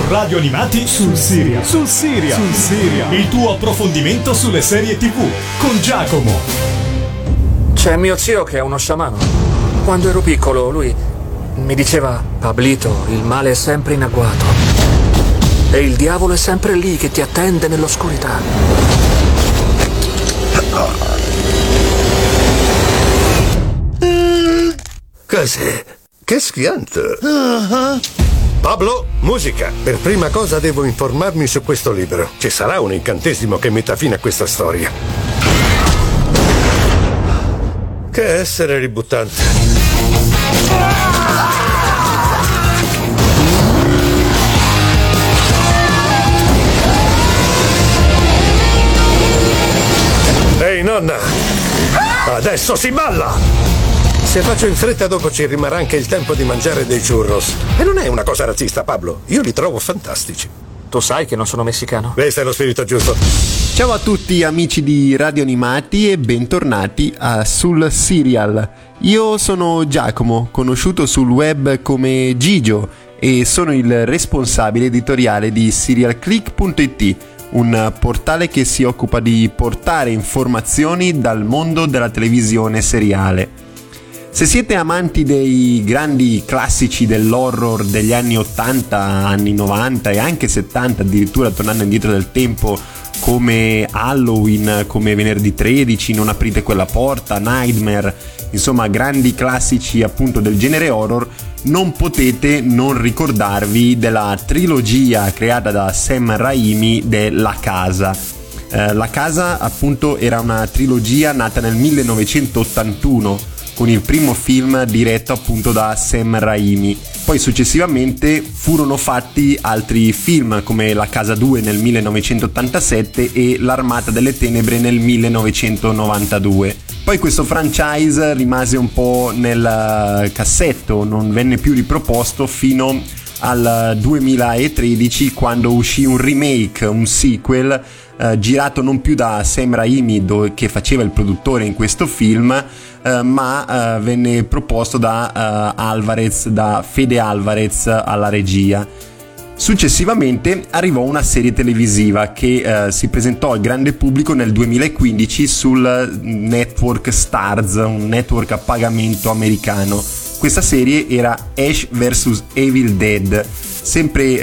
Radio Animati sul Siria. Il tuo approfondimento sulle serie TV con Giacomo. C'è mio zio che è uno sciamano. Quando ero piccolo lui mi diceva: Pablito, il male è sempre in agguato e il diavolo è sempre lì che ti attende nell'oscurità. Cos'è? Che schianto! Pablo, musica! Per prima cosa devo informarmi su questo libro. Ci sarà un incantesimo che metta fine a questa storia. Che essere ributtante! Ehi, nonna! Adesso si balla! Se faccio in fretta dopo ci rimarrà anche il tempo di mangiare dei churros. E non è una cosa razzista, Pablo. Io li trovo fantastici. Tu sai che non sono messicano. Questo è lo spirito giusto. Ciao a tutti amici di Radio Animati e bentornati a Sul Serial. Io sono Giacomo, conosciuto sul web come Gigio, e sono il responsabile editoriale di SerialClick.it, un portale che si occupa di portare informazioni dal mondo della televisione seriale. Se siete amanti dei grandi classici dell'horror degli anni 80, anni 90 e anche 70, addirittura tornando indietro del tempo, come Halloween, come Venerdì 13, Non aprite quella porta, Nightmare, insomma grandi classici appunto del genere horror, non potete non ricordarvi della trilogia creata da Sam Raimi della Casa. La Casa appunto era una trilogia nata nel 1981 con il primo film diretto appunto da Sam Raimi. Poi successivamente furono fatti altri film come La Casa 2 nel 1987 e L'Armata delle Tenebre nel 1992. Poi questo franchise rimase un po' nel cassetto, non venne più riproposto fino al 2013, quando uscì un remake, un sequel girato non più da Sam Raimi che faceva il produttore in questo film, ma venne proposto da Fede Alvarez alla regia. Successivamente arrivò una serie televisiva che si presentò al grande pubblico nel 2015 sul network Starz, un network a pagamento americano. Questa serie era Ash vs Evil Dead, sempre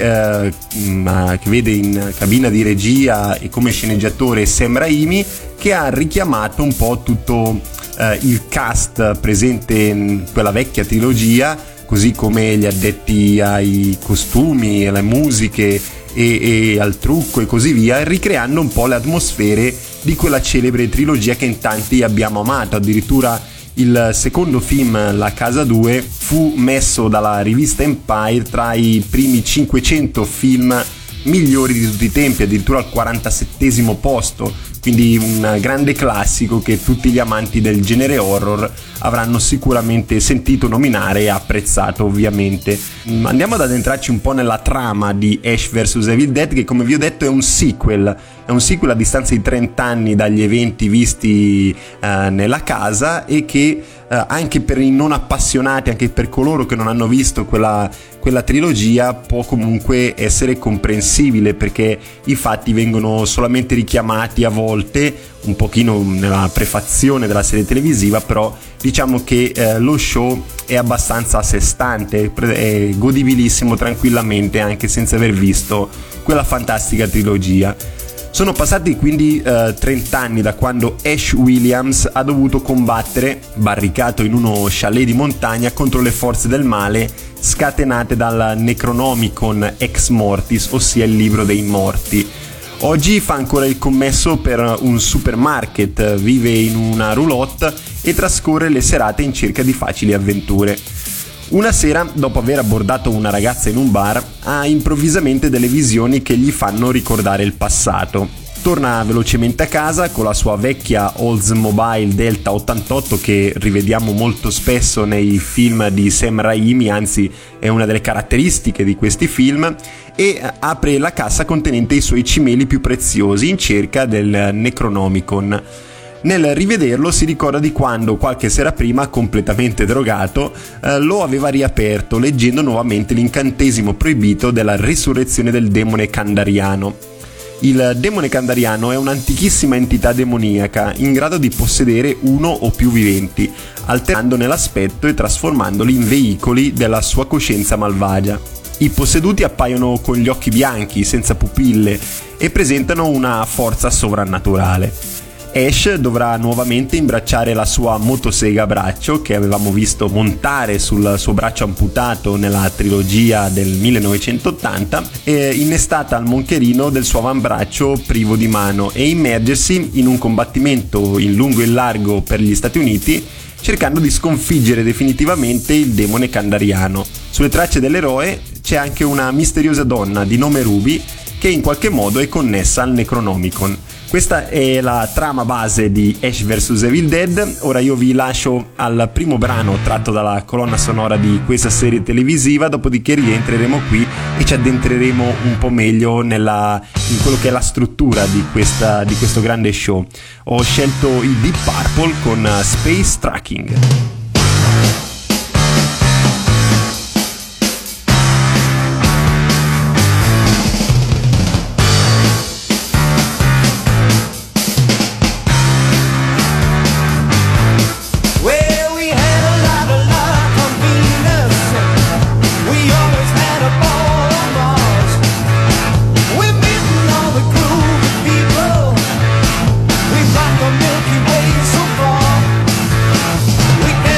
che vede in cabina di regia e come sceneggiatore Sam Raimi, che ha richiamato un po' tutto il cast presente in quella vecchia trilogia, così come gli addetti ai costumi, alle musiche e al trucco e così via, ricreando un po' le atmosfere di quella celebre trilogia che in tanti abbiamo amato. Addirittura il secondo film, La Casa 2, fu messo dalla rivista Empire tra i primi 500 film migliori di tutti i tempi, addirittura al 47° posto, quindi un grande classico che tutti gli amanti del genere horror avranno sicuramente sentito nominare e apprezzato ovviamente. Andiamo ad addentrarci un po' nella trama di Ash vs Evil Dead, che come vi ho detto è un sequel a distanza di 30 anni dagli eventi visti nella Casa, e che anche per i non appassionati, anche per coloro che non hanno visto quella trilogia, può comunque essere comprensibile, perché i fatti vengono solamente richiamati a volte un pochino nella prefazione della serie televisiva, però diciamo che lo show è abbastanza a sé stante, è godibilissimo tranquillamente anche senza aver visto quella fantastica trilogia. Sono passati quindi 30 anni da quando Ash Williams ha dovuto combattere, barricato in uno chalet di montagna, contro le forze del male scatenate dal Necronomicon Ex Mortis, ossia il libro dei morti. Oggi fa ancora il commesso per un supermarket, vive in una roulotte e trascorre le serate in cerca di facili avventure. Una sera, dopo aver abbordato una ragazza in un bar, ha improvvisamente delle visioni che gli fanno ricordare il passato. Torna velocemente a casa con la sua vecchia Oldsmobile Delta 88, che rivediamo molto spesso nei film di Sam Raimi, anzi è una delle caratteristiche di questi film, e apre la cassa contenente i suoi cimeli più preziosi in cerca del Necronomicon. Nel rivederlo si ricorda di quando qualche sera prima, completamente drogato, lo aveva riaperto leggendo nuovamente l'incantesimo proibito della risurrezione del demone Kandariano. Il demone Kandariano è un'antichissima entità demoniaca in grado di possedere uno o più viventi, alterandone l'aspetto e trasformandoli in veicoli della sua coscienza malvagia. I posseduti appaiono con gli occhi bianchi, senza pupille, e presentano una forza sovrannaturale. Ash dovrà nuovamente imbracciare la sua motosega a braccio, che avevamo visto montare sul suo braccio amputato nella trilogia del 1980, innestata al moncherino del suo avambraccio privo di mano, e immergersi in un combattimento in lungo e in largo per gli Stati Uniti, cercando di sconfiggere definitivamente il demone Kandariano. Sulle tracce dell'eroe c'è anche una misteriosa donna di nome Ruby, che in qualche modo è connessa al Necronomicon. Questa è la trama base di Ash vs Evil Dead. Ora io vi lascio al primo brano tratto dalla colonna sonora di questa serie televisiva, dopodiché rientreremo qui e ci addentreremo un po' meglio in quello che è la struttura di questo grande show. Ho scelto i Deep Purple con Space Tracking. We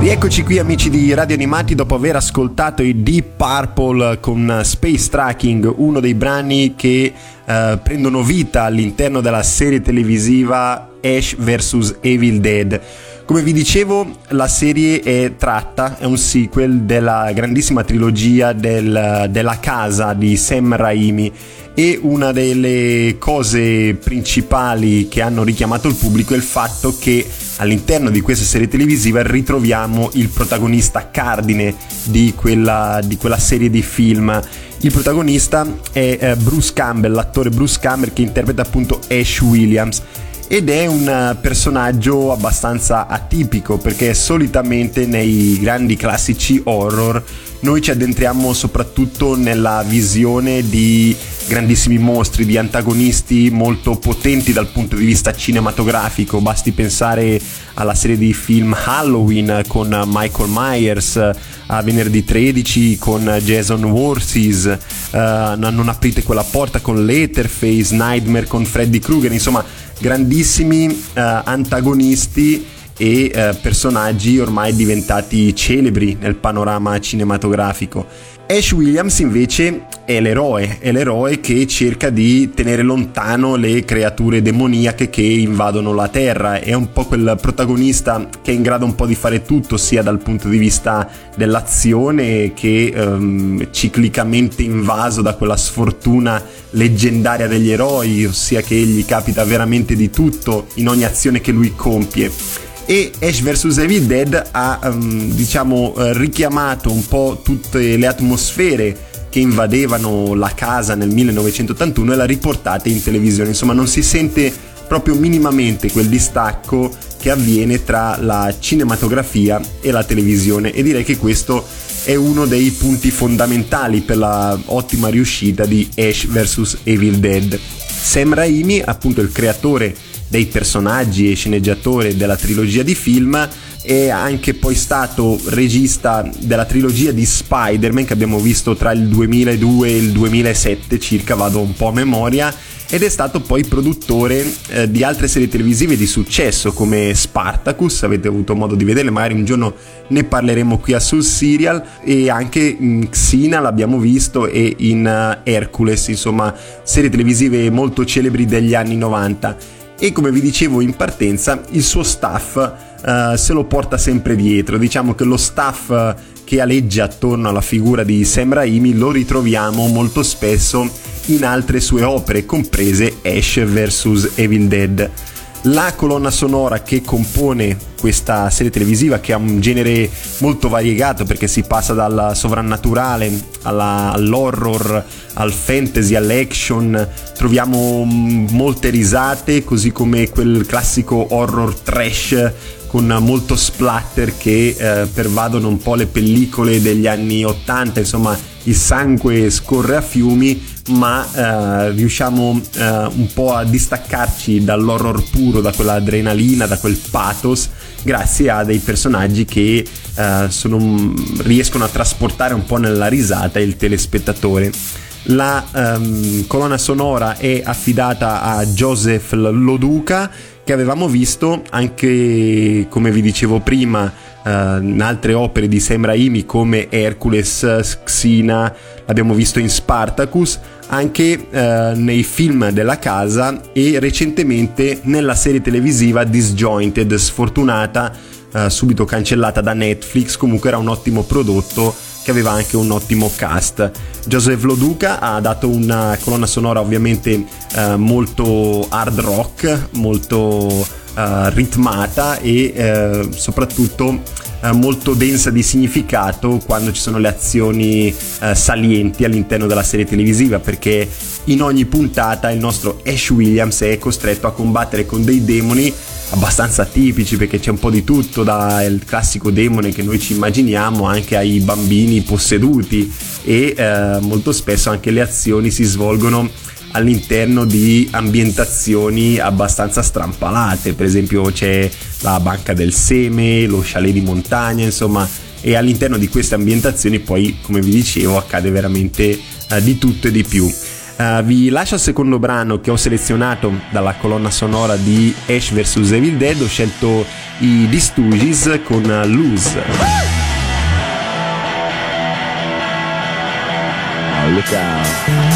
Rieccoci qui amici di Radio Animati dopo aver ascoltato i Deep Purple con Space Tracking, uno dei brani che prendono vita all'interno della serie televisiva Ash vs Evil Dead. Come vi dicevo, la serie è un sequel della grandissima trilogia della casa di Sam Raimi, e una delle cose principali che hanno richiamato il pubblico è il fatto che all'interno di questa serie televisiva ritroviamo il protagonista cardine di quella serie di film. Il protagonista è Bruce Campbell, l'attore Bruce Campbell, che interpreta appunto Ash Williams, ed è un personaggio abbastanza atipico, perché solitamente nei grandi classici horror noi ci addentriamo soprattutto nella visione di grandissimi mostri, di antagonisti molto potenti dal punto di vista cinematografico. Basti pensare alla serie di film Halloween con Michael Myers, a Venerdì 13 con Jason Voorhees, Non aprite quella porta con Leatherface, Nightmare con Freddy Krueger, insomma grandissimi antagonisti e personaggi ormai diventati celebri nel panorama cinematografico. Ash Williams invece è l'eroe che cerca di tenere lontano le creature demoniache che invadono la Terra. È un po' quel protagonista che è in grado un po' di fare tutto, sia dal punto di vista dell'azione che ciclicamente invaso da quella sfortuna leggendaria degli eroi, ossia che gli capita veramente di tutto in ogni azione che lui compie. E Ash vs Evil Dead ha richiamato un po' tutte le atmosfere che invadevano la casa nel 1981 e l'ha riportate in televisione. Insomma, non si sente proprio minimamente quel distacco che avviene tra la cinematografia e la televisione, e direi che questo è uno dei punti fondamentali per la ottima riuscita di Ash vs Evil Dead. Sam Raimi, appunto il creatore dei personaggi e sceneggiatore della trilogia di film, è anche poi stato regista della trilogia di Spider-Man che abbiamo visto tra il 2002 e il 2007 circa, vado un po' a memoria, ed è stato poi produttore di altre serie televisive di successo come Spartacus, avete avuto modo di vederle, magari un giorno ne parleremo qui a Sul Serial, e anche in Xena l'abbiamo visto, e in Hercules, insomma serie televisive molto celebri degli anni 90. E come vi dicevo in partenza, il suo staff se lo porta sempre dietro. Diciamo che lo staff che aleggia attorno alla figura di Sam Raimi lo ritroviamo molto spesso in altre sue opere, comprese Ash vs Evil Dead. La colonna sonora che compone questa serie televisiva, che ha un genere molto variegato perché si passa dal sovrannaturale all'horror, al fantasy, all'action, troviamo molte risate, così come quel classico horror trash con molto splatter che pervadono un po' le pellicole degli anni 80, insomma il sangue scorre a fiumi, ma riusciamo un po' a distaccarci dall'horror puro, da quell'adrenalina, da quel pathos, grazie a dei personaggi che riescono a trasportare un po' nella risata il telespettatore. La colonna sonora è affidata a Joseph Loduca, che avevamo visto anche, come vi dicevo prima, in altre opere di Sam Raimi come Hercules, Xena, l'abbiamo visto in Spartacus, anche nei film della casa, e recentemente nella serie televisiva Disjointed, sfortunata, subito cancellata da Netflix. Comunque era un ottimo prodotto che aveva anche un ottimo cast. Joseph Loduca ha dato una colonna sonora ovviamente molto hard rock, molto ritmata e soprattutto molto densa di significato quando ci sono le azioni salienti all'interno della serie televisiva, perché in ogni puntata il nostro Ash Williams è costretto a combattere con dei demoni abbastanza tipici, perché c'è un po' di tutto, dal classico demone che noi ci immaginiamo anche ai bambini posseduti, e molto spesso anche le azioni si svolgono all'interno di ambientazioni abbastanza strampalate. Per esempio c'è la banca del seme, lo chalet di montagna, insomma, e all'interno di queste ambientazioni poi, come vi dicevo, accade veramente di tutto e di più. Vi lascio il secondo brano che ho selezionato dalla colonna sonora di Ash vs Evil Dead. Ho scelto i The Stooges con Lose. Oh, look out.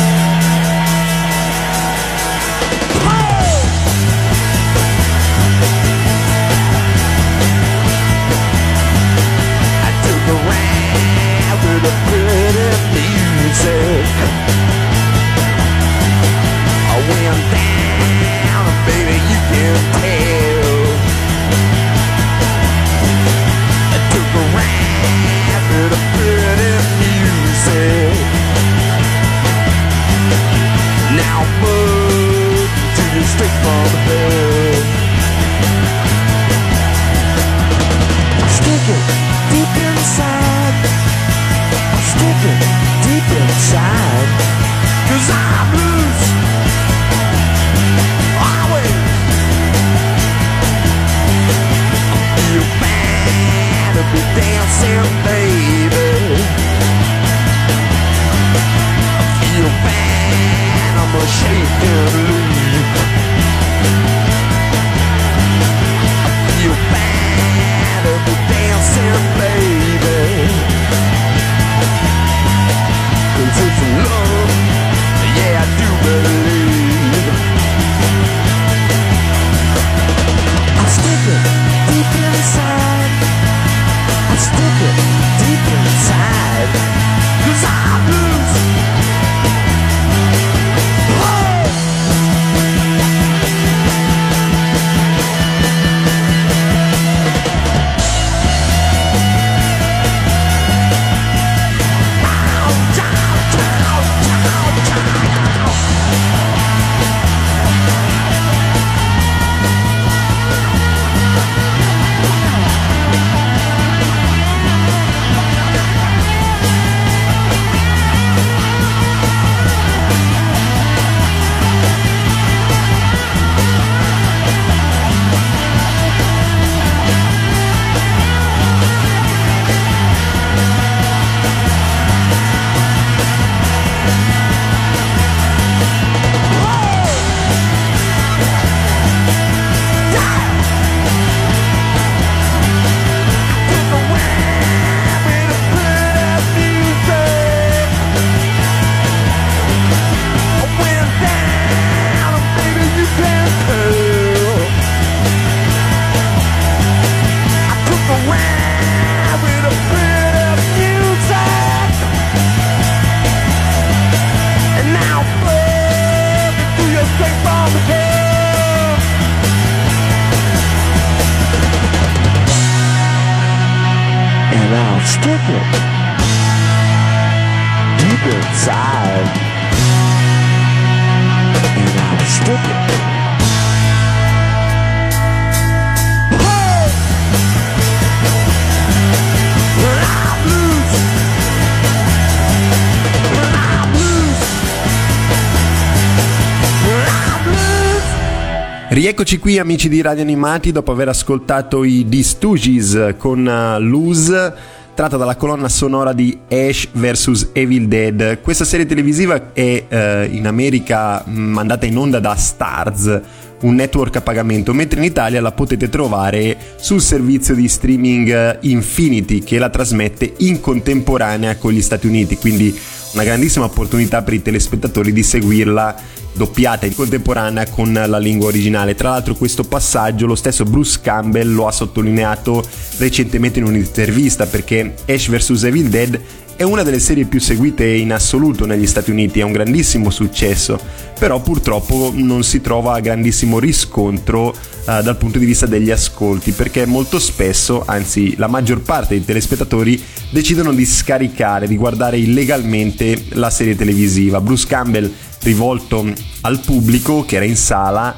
Rieccoci qui amici di Radio Animati dopo aver ascoltato i The Stooges con Lose, tratta dalla colonna sonora di Ash vs Evil Dead. Questa serie televisiva è in America mandata in onda da Starz, un network a pagamento, mentre in Italia la potete trovare sul servizio di streaming Infinity, che la trasmette in contemporanea con gli Stati Uniti, quindi una grandissima opportunità per i telespettatori di seguirla doppiata in contemporanea con la lingua originale. Tra l'altro questo passaggio lo stesso Bruce Campbell lo ha sottolineato recentemente in un'intervista, perché Ash vs Evil Dead è una delle serie più seguite in assoluto negli Stati Uniti, è un grandissimo successo, però purtroppo non si trova grandissimo riscontro dal punto di vista degli ascolti, perché molto spesso, anzi la maggior parte dei telespettatori decidono di scaricare, di guardare illegalmente la serie televisiva. Bruce Campbell, rivolto al pubblico che era in sala,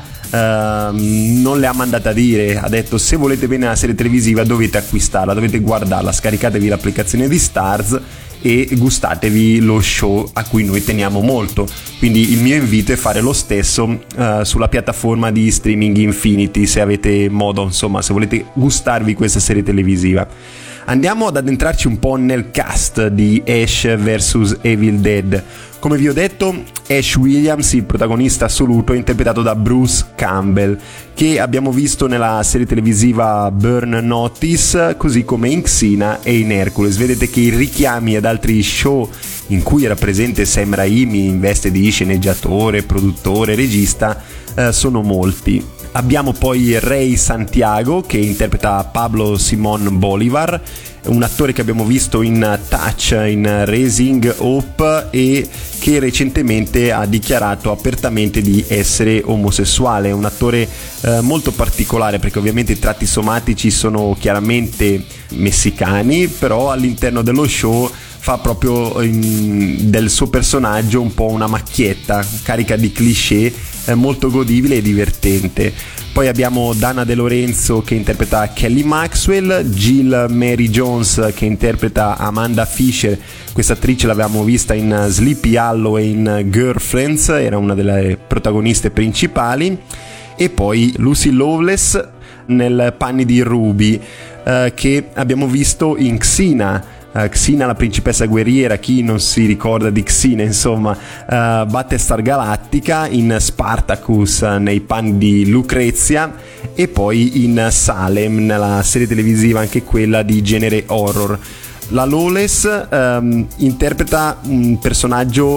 non le ha mandate a dire, ha detto: se volete bene la serie televisiva dovete acquistarla, dovete guardarla, scaricatevi l'applicazione di Starz e gustatevi lo show a cui noi teniamo molto. Quindi il mio invito è fare lo stesso sulla piattaforma di streaming Infinity, se avete modo, insomma, se volete gustarvi questa serie televisiva. Andiamo ad addentrarci un po' nel cast di Ash vs Evil Dead. Come vi ho detto, Ash Williams, il protagonista assoluto, è interpretato da Bruce Campbell, che abbiamo visto nella serie televisiva Burn Notice, così come in Xena e in Hercules. Vedete che i richiami ad altri show in cui era presente Sam Raimi in veste di sceneggiatore, produttore, regista, sono molti. Abbiamo poi Ray Santiago, che interpreta Pablo Simón Bolívar, un attore che abbiamo visto in Touch, in Raising Hope, e che recentemente ha dichiarato apertamente di essere omosessuale. È un attore molto particolare, perché ovviamente i tratti somatici sono chiaramente messicani, però all'interno dello show fa proprio del suo personaggio un po' una macchietta carica di cliché, molto godibile e divertente. Poi abbiamo Dana De Lorenzo, che interpreta Kelly Maxwell, Jill Mary Jones, che interpreta Amanda Fisher. Questa attrice l'avevamo vista in Sleepy Hollow e in Girlfriends, era una delle protagoniste principali. E poi Lucy Lawless nel panni di Ruby, che abbiamo visto in Xena. Xena, la principessa guerriera, chi non si ricorda di Xena, insomma, Battlestar Galactica, in Spartacus nei panni di Lucrezia, e poi in Salem, nella serie televisiva anche quella di genere horror. La Lawless interpreta un personaggio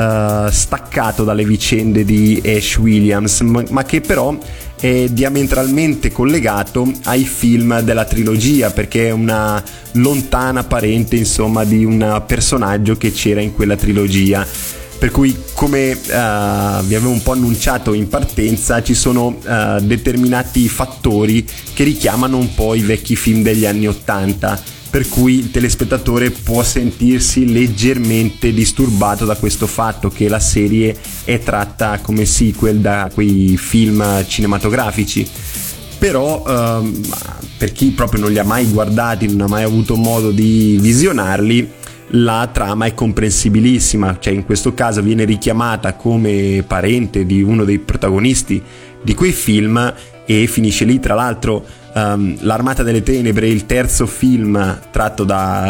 staccato dalle vicende di Ash Williams, ma che però è diametralmente collegato ai film della trilogia, perché è una lontana parente, insomma, di un personaggio che c'era in quella trilogia. Per cui, come vi avevo un po' annunciato in partenza, ci sono determinati fattori che richiamano un po' i vecchi film degli anni '80, per cui il telespettatore può sentirsi leggermente disturbato da questo fatto che la serie è tratta come sequel da quei film cinematografici. Però per chi proprio non li ha mai guardati, non ha mai avuto modo di visionarli, la trama è comprensibilissima. Cioè, in questo caso viene richiamata come parente di uno dei protagonisti di quei film e finisce lì. Tra l'altro l'Armata delle Tenebre, il terzo film tratto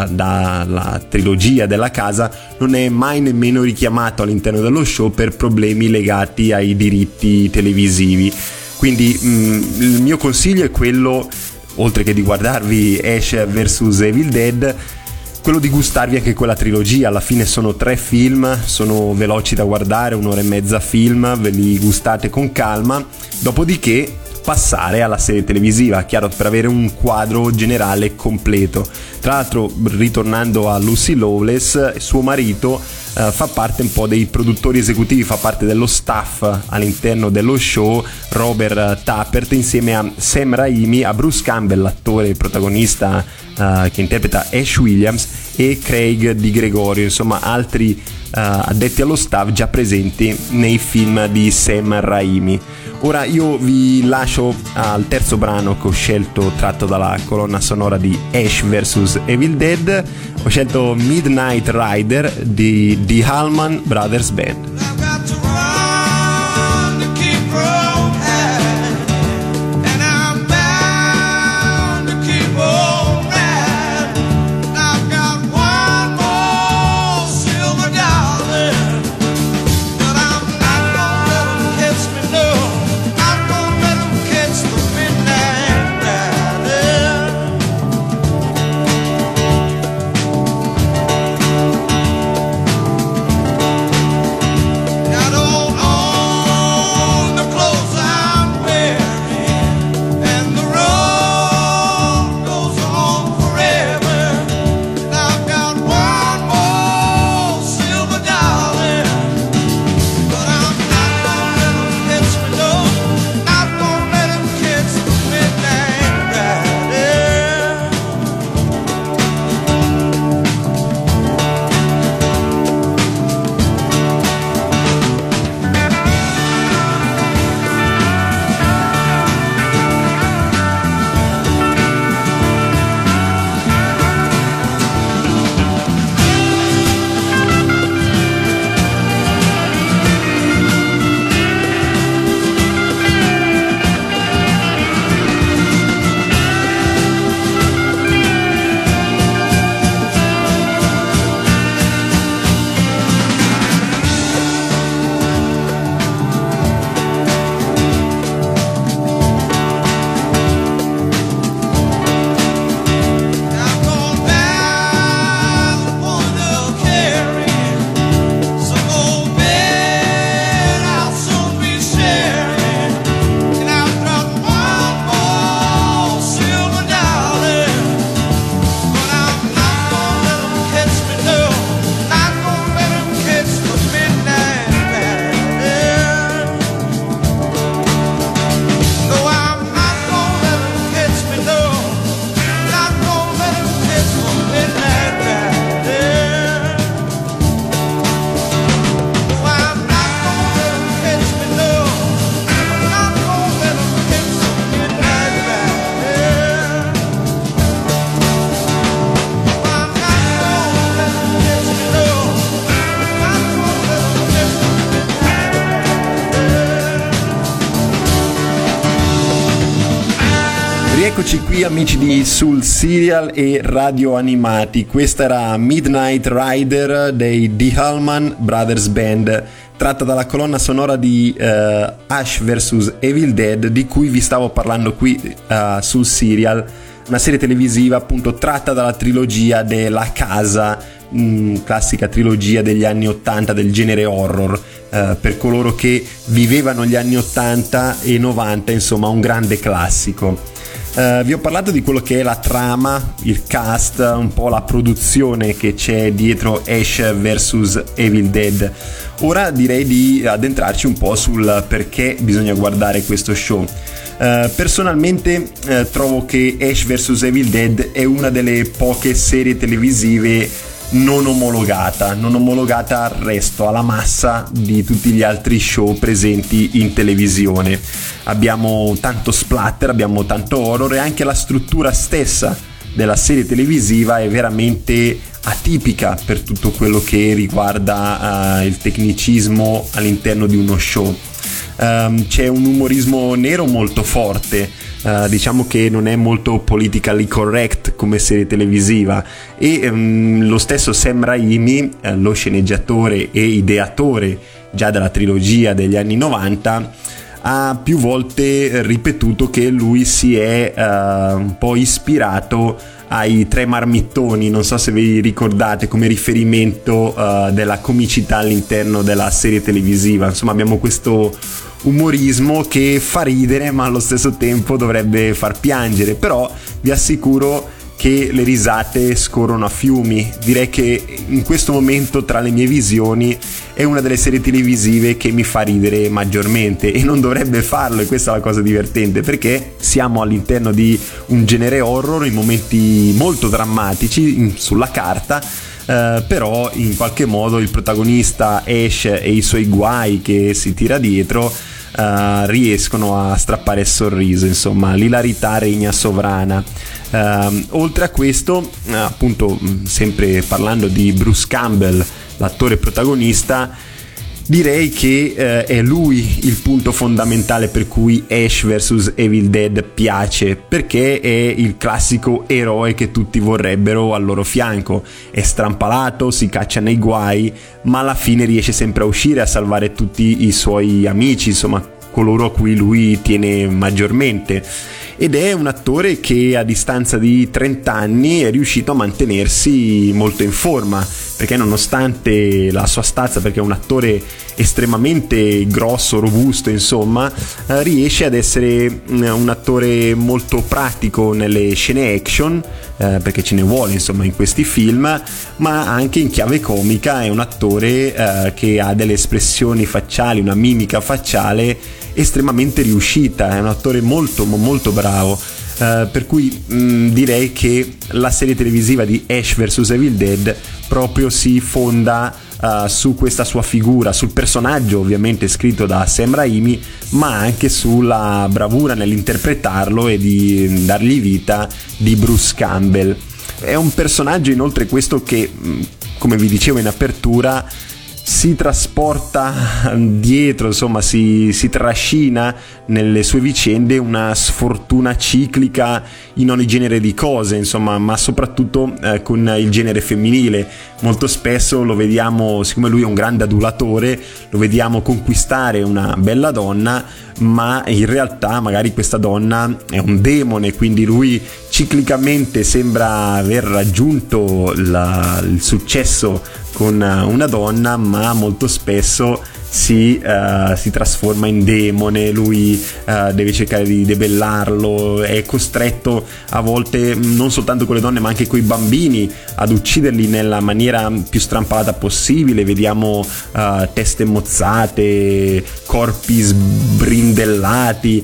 dalla trilogia della casa, non è mai nemmeno richiamato all'interno dello show per problemi legati ai diritti televisivi. Quindi il mio consiglio è quello, oltre che di guardarvi Ash vs Evil Dead, quello di gustarvi anche quella trilogia. Alla fine sono 3 film, sono veloci da guardare, 1 ora e mezza film, ve li gustate con calma, dopodiché passare alla serie televisiva, chiaro, per avere un quadro generale completo. Tra l'altro, ritornando a Lucy Lawless, suo marito fa parte un po' dei produttori esecutivi, fa parte dello staff all'interno dello show, Robert Tappert, insieme a Sam Raimi, a Bruce Campbell, l'attore protagonista che interpreta Ash Williams, e Craig Di Gregorio, insomma altri addetti allo staff già presenti nei film di Sam Raimi. Ora io vi lascio al terzo brano che ho scelto, tratto dalla colonna sonora di Ash vs Evil Dead. Ho scelto Midnight Rider di The Allman Brothers Band. Rieccoci qui amici di Sul Serial e Radio Animati. Questa era Midnight Rider dei The Allman Brothers Band, tratta dalla colonna sonora di Ash vs Evil Dead, di cui vi stavo parlando qui sul Serial, una serie televisiva appunto tratta dalla trilogia della Casa, classica trilogia degli anni 80 del genere horror. Per coloro che vivevano gli anni 80 e 90, insomma un grande classico. Vi ho parlato di quello che è la trama, il cast, un po' la produzione che c'è dietro Ash vs Evil Dead. Ora direi di addentrarci un po' sul perché bisogna guardare questo show. Personalmente trovo che Ash vs Evil Dead è una delle poche serie televisive non omologata al resto, alla massa di tutti gli altri show presenti in televisione. Abbiamo tanto splatter, abbiamo tanto horror, e anche la struttura stessa della serie televisiva è veramente atipica per tutto quello che riguarda il tecnicismo all'interno di uno show. C'è un umorismo nero molto forte, diciamo che non è molto politically correct come serie televisiva, e lo stesso Sam Raimi, lo sceneggiatore e ideatore già della trilogia degli anni 90, ha più volte ripetuto che lui si è un po' ispirato ai Tre Marmittoni, non so se vi ricordate, come riferimento della comicità all'interno della serie televisiva. Insomma, abbiamo questo umorismo che fa ridere ma allo stesso tempo dovrebbe far piangere, però vi assicuro che le risate scorrono a fiumi. Direi che in questo momento tra le mie visioni è una delle serie televisive che mi fa ridere maggiormente, e non dovrebbe farlo, e questa è la cosa divertente, perché siamo all'interno di un genere horror in momenti molto drammatici sulla carta, però in qualche modo il protagonista Ash e i suoi guai che si tira dietro riescono a strappare il sorriso, insomma l'ilarità regna sovrana. Oltre a questo, appunto, sempre parlando di Bruce Campbell, l'attore protagonista, direi che è lui il punto fondamentale per cui Ash vs Evil Dead piace, perché è il classico eroe che tutti vorrebbero al loro fianco. È strampalato, si caccia nei guai, ma alla fine riesce sempre a uscire, a salvare tutti i suoi amici, insomma coloro a cui lui tiene maggiormente. Ed è un attore che a distanza di 30 anni è riuscito a mantenersi molto in forma, perché nonostante la sua stazza, perché è un attore estremamente grosso, robusto, insomma, riesce ad essere un attore molto pratico nelle scene action, perché ce ne vuole insomma in questi film, ma anche in chiave comica. È un attore che ha delle espressioni facciali, una mimica facciale estremamente riuscita, è un attore molto molto bravo, per cui direi che la serie televisiva di Ash vs Evil Dead proprio si fonda su questa sua figura, sul personaggio ovviamente scritto da Sam Raimi, ma anche sulla bravura nell'interpretarlo e di dargli vita di Bruce Campbell. È un personaggio inoltre questo che, come vi dicevo in apertura, si trasporta dietro, insomma si trascina nelle sue vicende una sfortuna ciclica in ogni genere di cose, insomma, ma soprattutto con il genere femminile. Molto spesso lo vediamo, siccome lui è un grande adulatore, lo vediamo conquistare una bella donna, ma in realtà magari questa donna è un demone, quindi lui ciclicamente sembra aver raggiunto il successo con una donna, ma molto spesso si trasforma in demone. Lui deve cercare di debellarlo, è costretto a volte non soltanto con le donne ma anche con i bambini ad ucciderli nella maniera più strampalata possibile. Vediamo teste mozzate, corpi sbrindellati,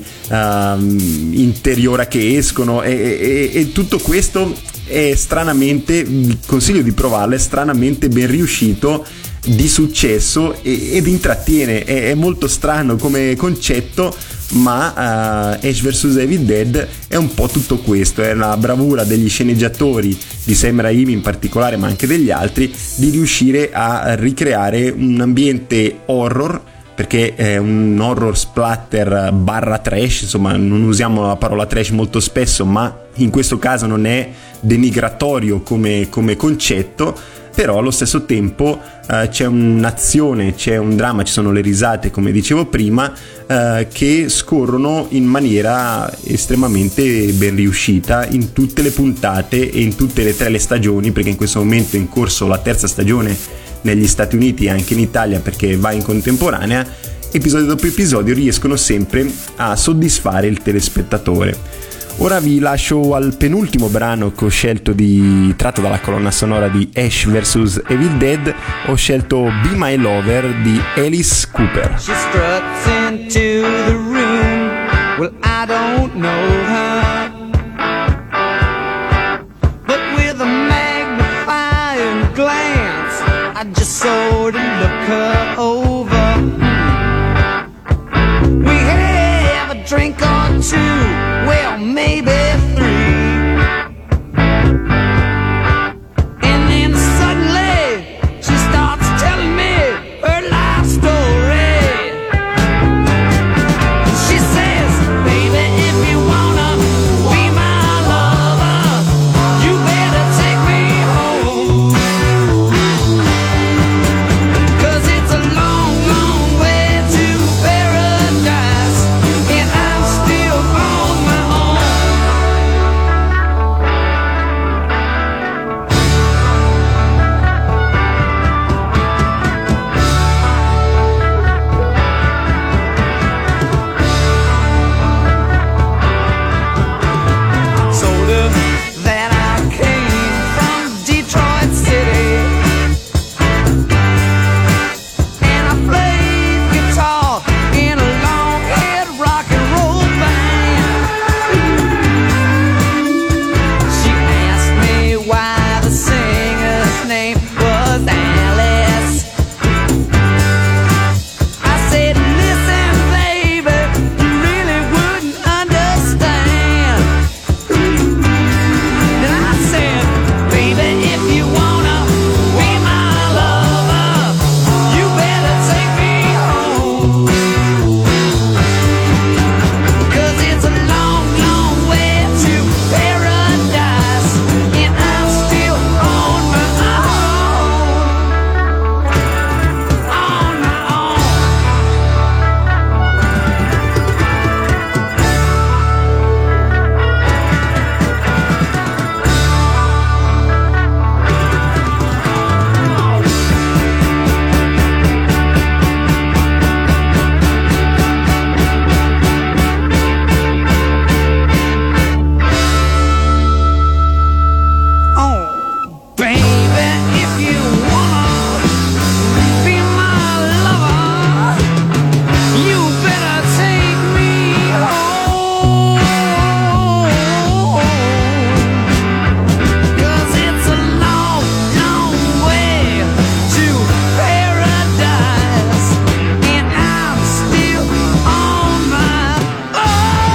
interiora che escono, e tutto questo è stranamente, vi consiglio di provarlo, è stranamente ben riuscito, di successo, ed intrattiene. È molto strano come concetto, ma Ash vs Evil Dead è un po' tutto questo. È la bravura degli sceneggiatori, di Sam Raimi in particolare, ma anche degli altri, di riuscire a ricreare un ambiente horror perché è un horror splatter barra trash, insomma non usiamo la parola trash molto spesso, ma in questo caso non è denigratorio come concetto, però allo stesso tempo c'è un'azione, c'è un dramma, ci sono le risate, come dicevo prima, che scorrono in maniera estremamente ben riuscita in tutte le puntate e in tutte le 3 le stagioni, perché in questo momento è in corso la 3ª stagione negli Stati Uniti e anche in Italia, perché va in contemporanea. Episodio dopo episodio riescono sempre a soddisfare il telespettatore. Ora vi lascio al penultimo brano che ho scelto tratto dalla colonna sonora di Ash vs Evil Dead. Ho scelto Be My Lover di Alice Cooper. She struts into the room. Well, I don't know her, but with a magnifying glance, I just sort of look her over. We have a drink or two, well, maybe 3. And then suddenly she starts telling me her life story. She says, baby, if you wanna be my lover, you better take me home. 'Cause it's a long, long way to paradise, and I'm still on my own. Told her that I came from Detroit City, and I played guitar in a long-haired rock and roll band. She asked me why the singer's name was Alice. I said, listen, baby, you really wouldn't understand. And I said, baby, if you wanna be my lover, you better take me home. 'Cause it's a long, long way to paradise, and I'm still on my own. On my own. Oh, baby, if you wanna be my lover, you better take me home. 'Cause it's a long, long way to paradise, and I'm still on my own.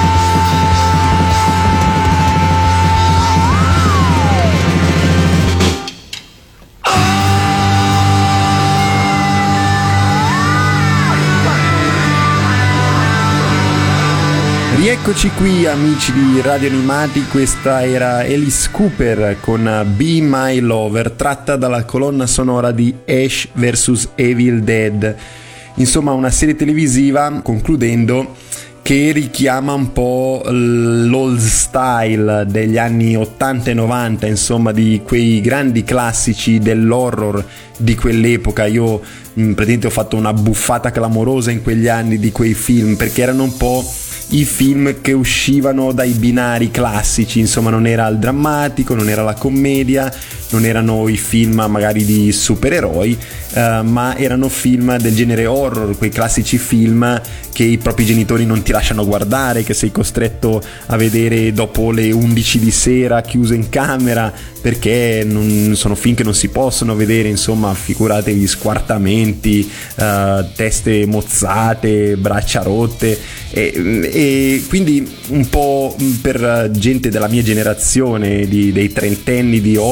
Rieccoci qui amici di Radio Animati, questa era Alice Cooper con Be My Lover, tratta dalla colonna sonora di Ash vs Evil Dead. Insomma, una serie televisiva, concludendo, che richiama un po' l'old style degli anni 80 e 90, insomma di quei grandi classici dell'horror di quell'epoca. Io praticamente ho fatto una buffata clamorosa in quegli anni di quei film, perché erano un po' i film che uscivano dai binari classici, insomma non era il drammatico, non era la commedia, non erano i film magari di supereroi, ma erano film del genere horror, quei classici film che i propri genitori non ti lasciano guardare, che sei costretto a vedere dopo le 11 di sera chiuso in camera, perché sono film che non si possono vedere, insomma figuratevi squartamenti, teste mozzate, braccia rotte, e quindi un po' per gente della mia generazione, dei trentenni di oggi,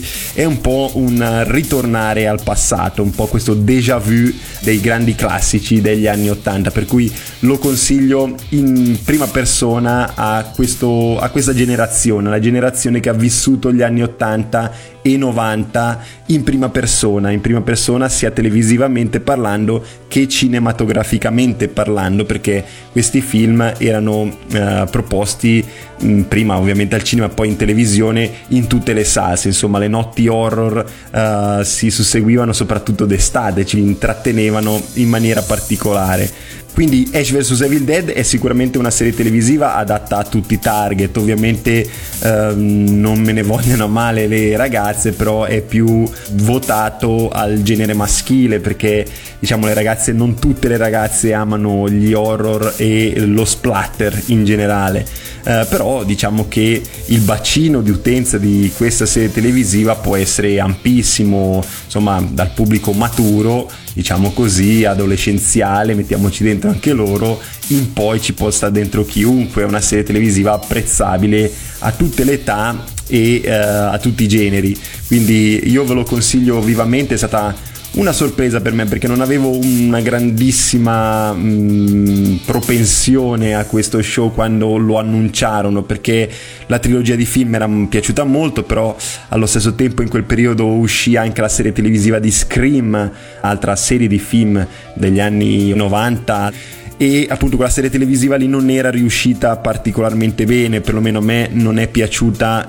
è un po' un ritornare al passato, un po' questo déjà vu dei grandi classici degli anni 80, per cui lo consiglio in prima persona a questa generazione, la generazione che ha vissuto gli anni 80 e 90 in prima persona sia televisivamente parlando che cinematograficamente parlando, perché questi film erano proposti prima ovviamente al cinema, poi in televisione in tutte le salse. Insomma, le notti horror si susseguivano soprattutto d'estate, ci intrattenevano in maniera particolare. Quindi Ash vs Evil Dead è sicuramente una serie televisiva adatta a tutti i target. Ovviamente non me ne vogliono male le ragazze, però è più votato al genere maschile, perché diciamo non tutte le ragazze amano gli horror e lo splatter in generale. Però diciamo che il bacino di utenza di questa serie televisiva può essere ampissimo, insomma, dal pubblico maturo, diciamo così, adolescenziale, mettiamoci dentro anche loro, in poi ci può stare dentro chiunque. È una serie televisiva apprezzabile a tutte le età e a tutti i generi, quindi io ve lo consiglio vivamente. È stata una sorpresa per me, perché non avevo una grandissima propensione a questo show quando lo annunciarono, perché la trilogia di film era piaciuta molto, però allo stesso tempo in quel periodo uscì anche la serie televisiva di Scream, altra serie di film degli anni 90, e appunto quella serie televisiva lì non era riuscita particolarmente bene, perlomeno a me non è piaciuta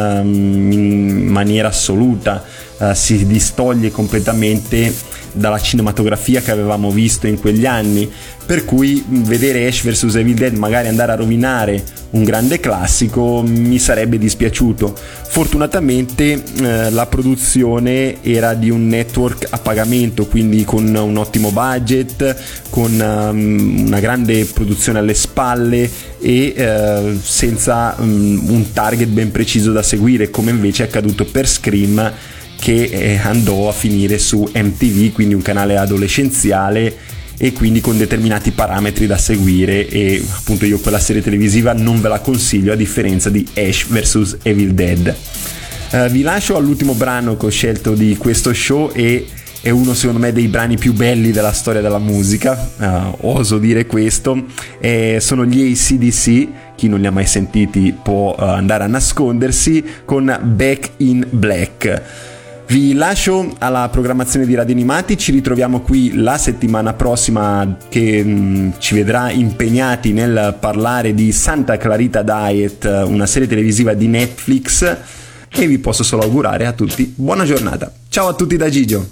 in maniera assoluta. Si distoglie completamente dalla cinematografia che avevamo visto in quegli anni, per cui vedere Ash vs Evil Dead magari andare a rovinare un grande classico mi sarebbe dispiaciuto. Fortunatamente la produzione era di un network a pagamento, quindi con un ottimo budget, con una grande produzione alle spalle e senza un target ben preciso da seguire, come invece è accaduto per Scream, che andò a finire su MTV, quindi un canale adolescenziale, e quindi con determinati parametri da seguire, e appunto io quella serie televisiva non ve la consiglio, a differenza di Ash vs Evil Dead. Vi lascio all'ultimo brano che ho scelto di questo show, e è uno secondo me dei brani più belli della storia della musica, oso dire questo. Sono gli AC/DC, chi non li ha mai sentiti può andare a nascondersi, con Back in Black. Vi lascio alla programmazione di Radio Animati, ci ritroviamo qui la settimana prossima, che ci vedrà impegnati nel parlare di Santa Clarita Diet, una serie televisiva di Netflix, e vi posso solo augurare a tutti buona giornata. Ciao a tutti da Gigio.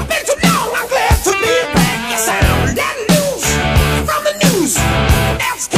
That's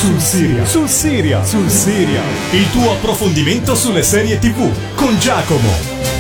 sul Serial. Il tuo approfondimento sulle serie TV con Giacomo.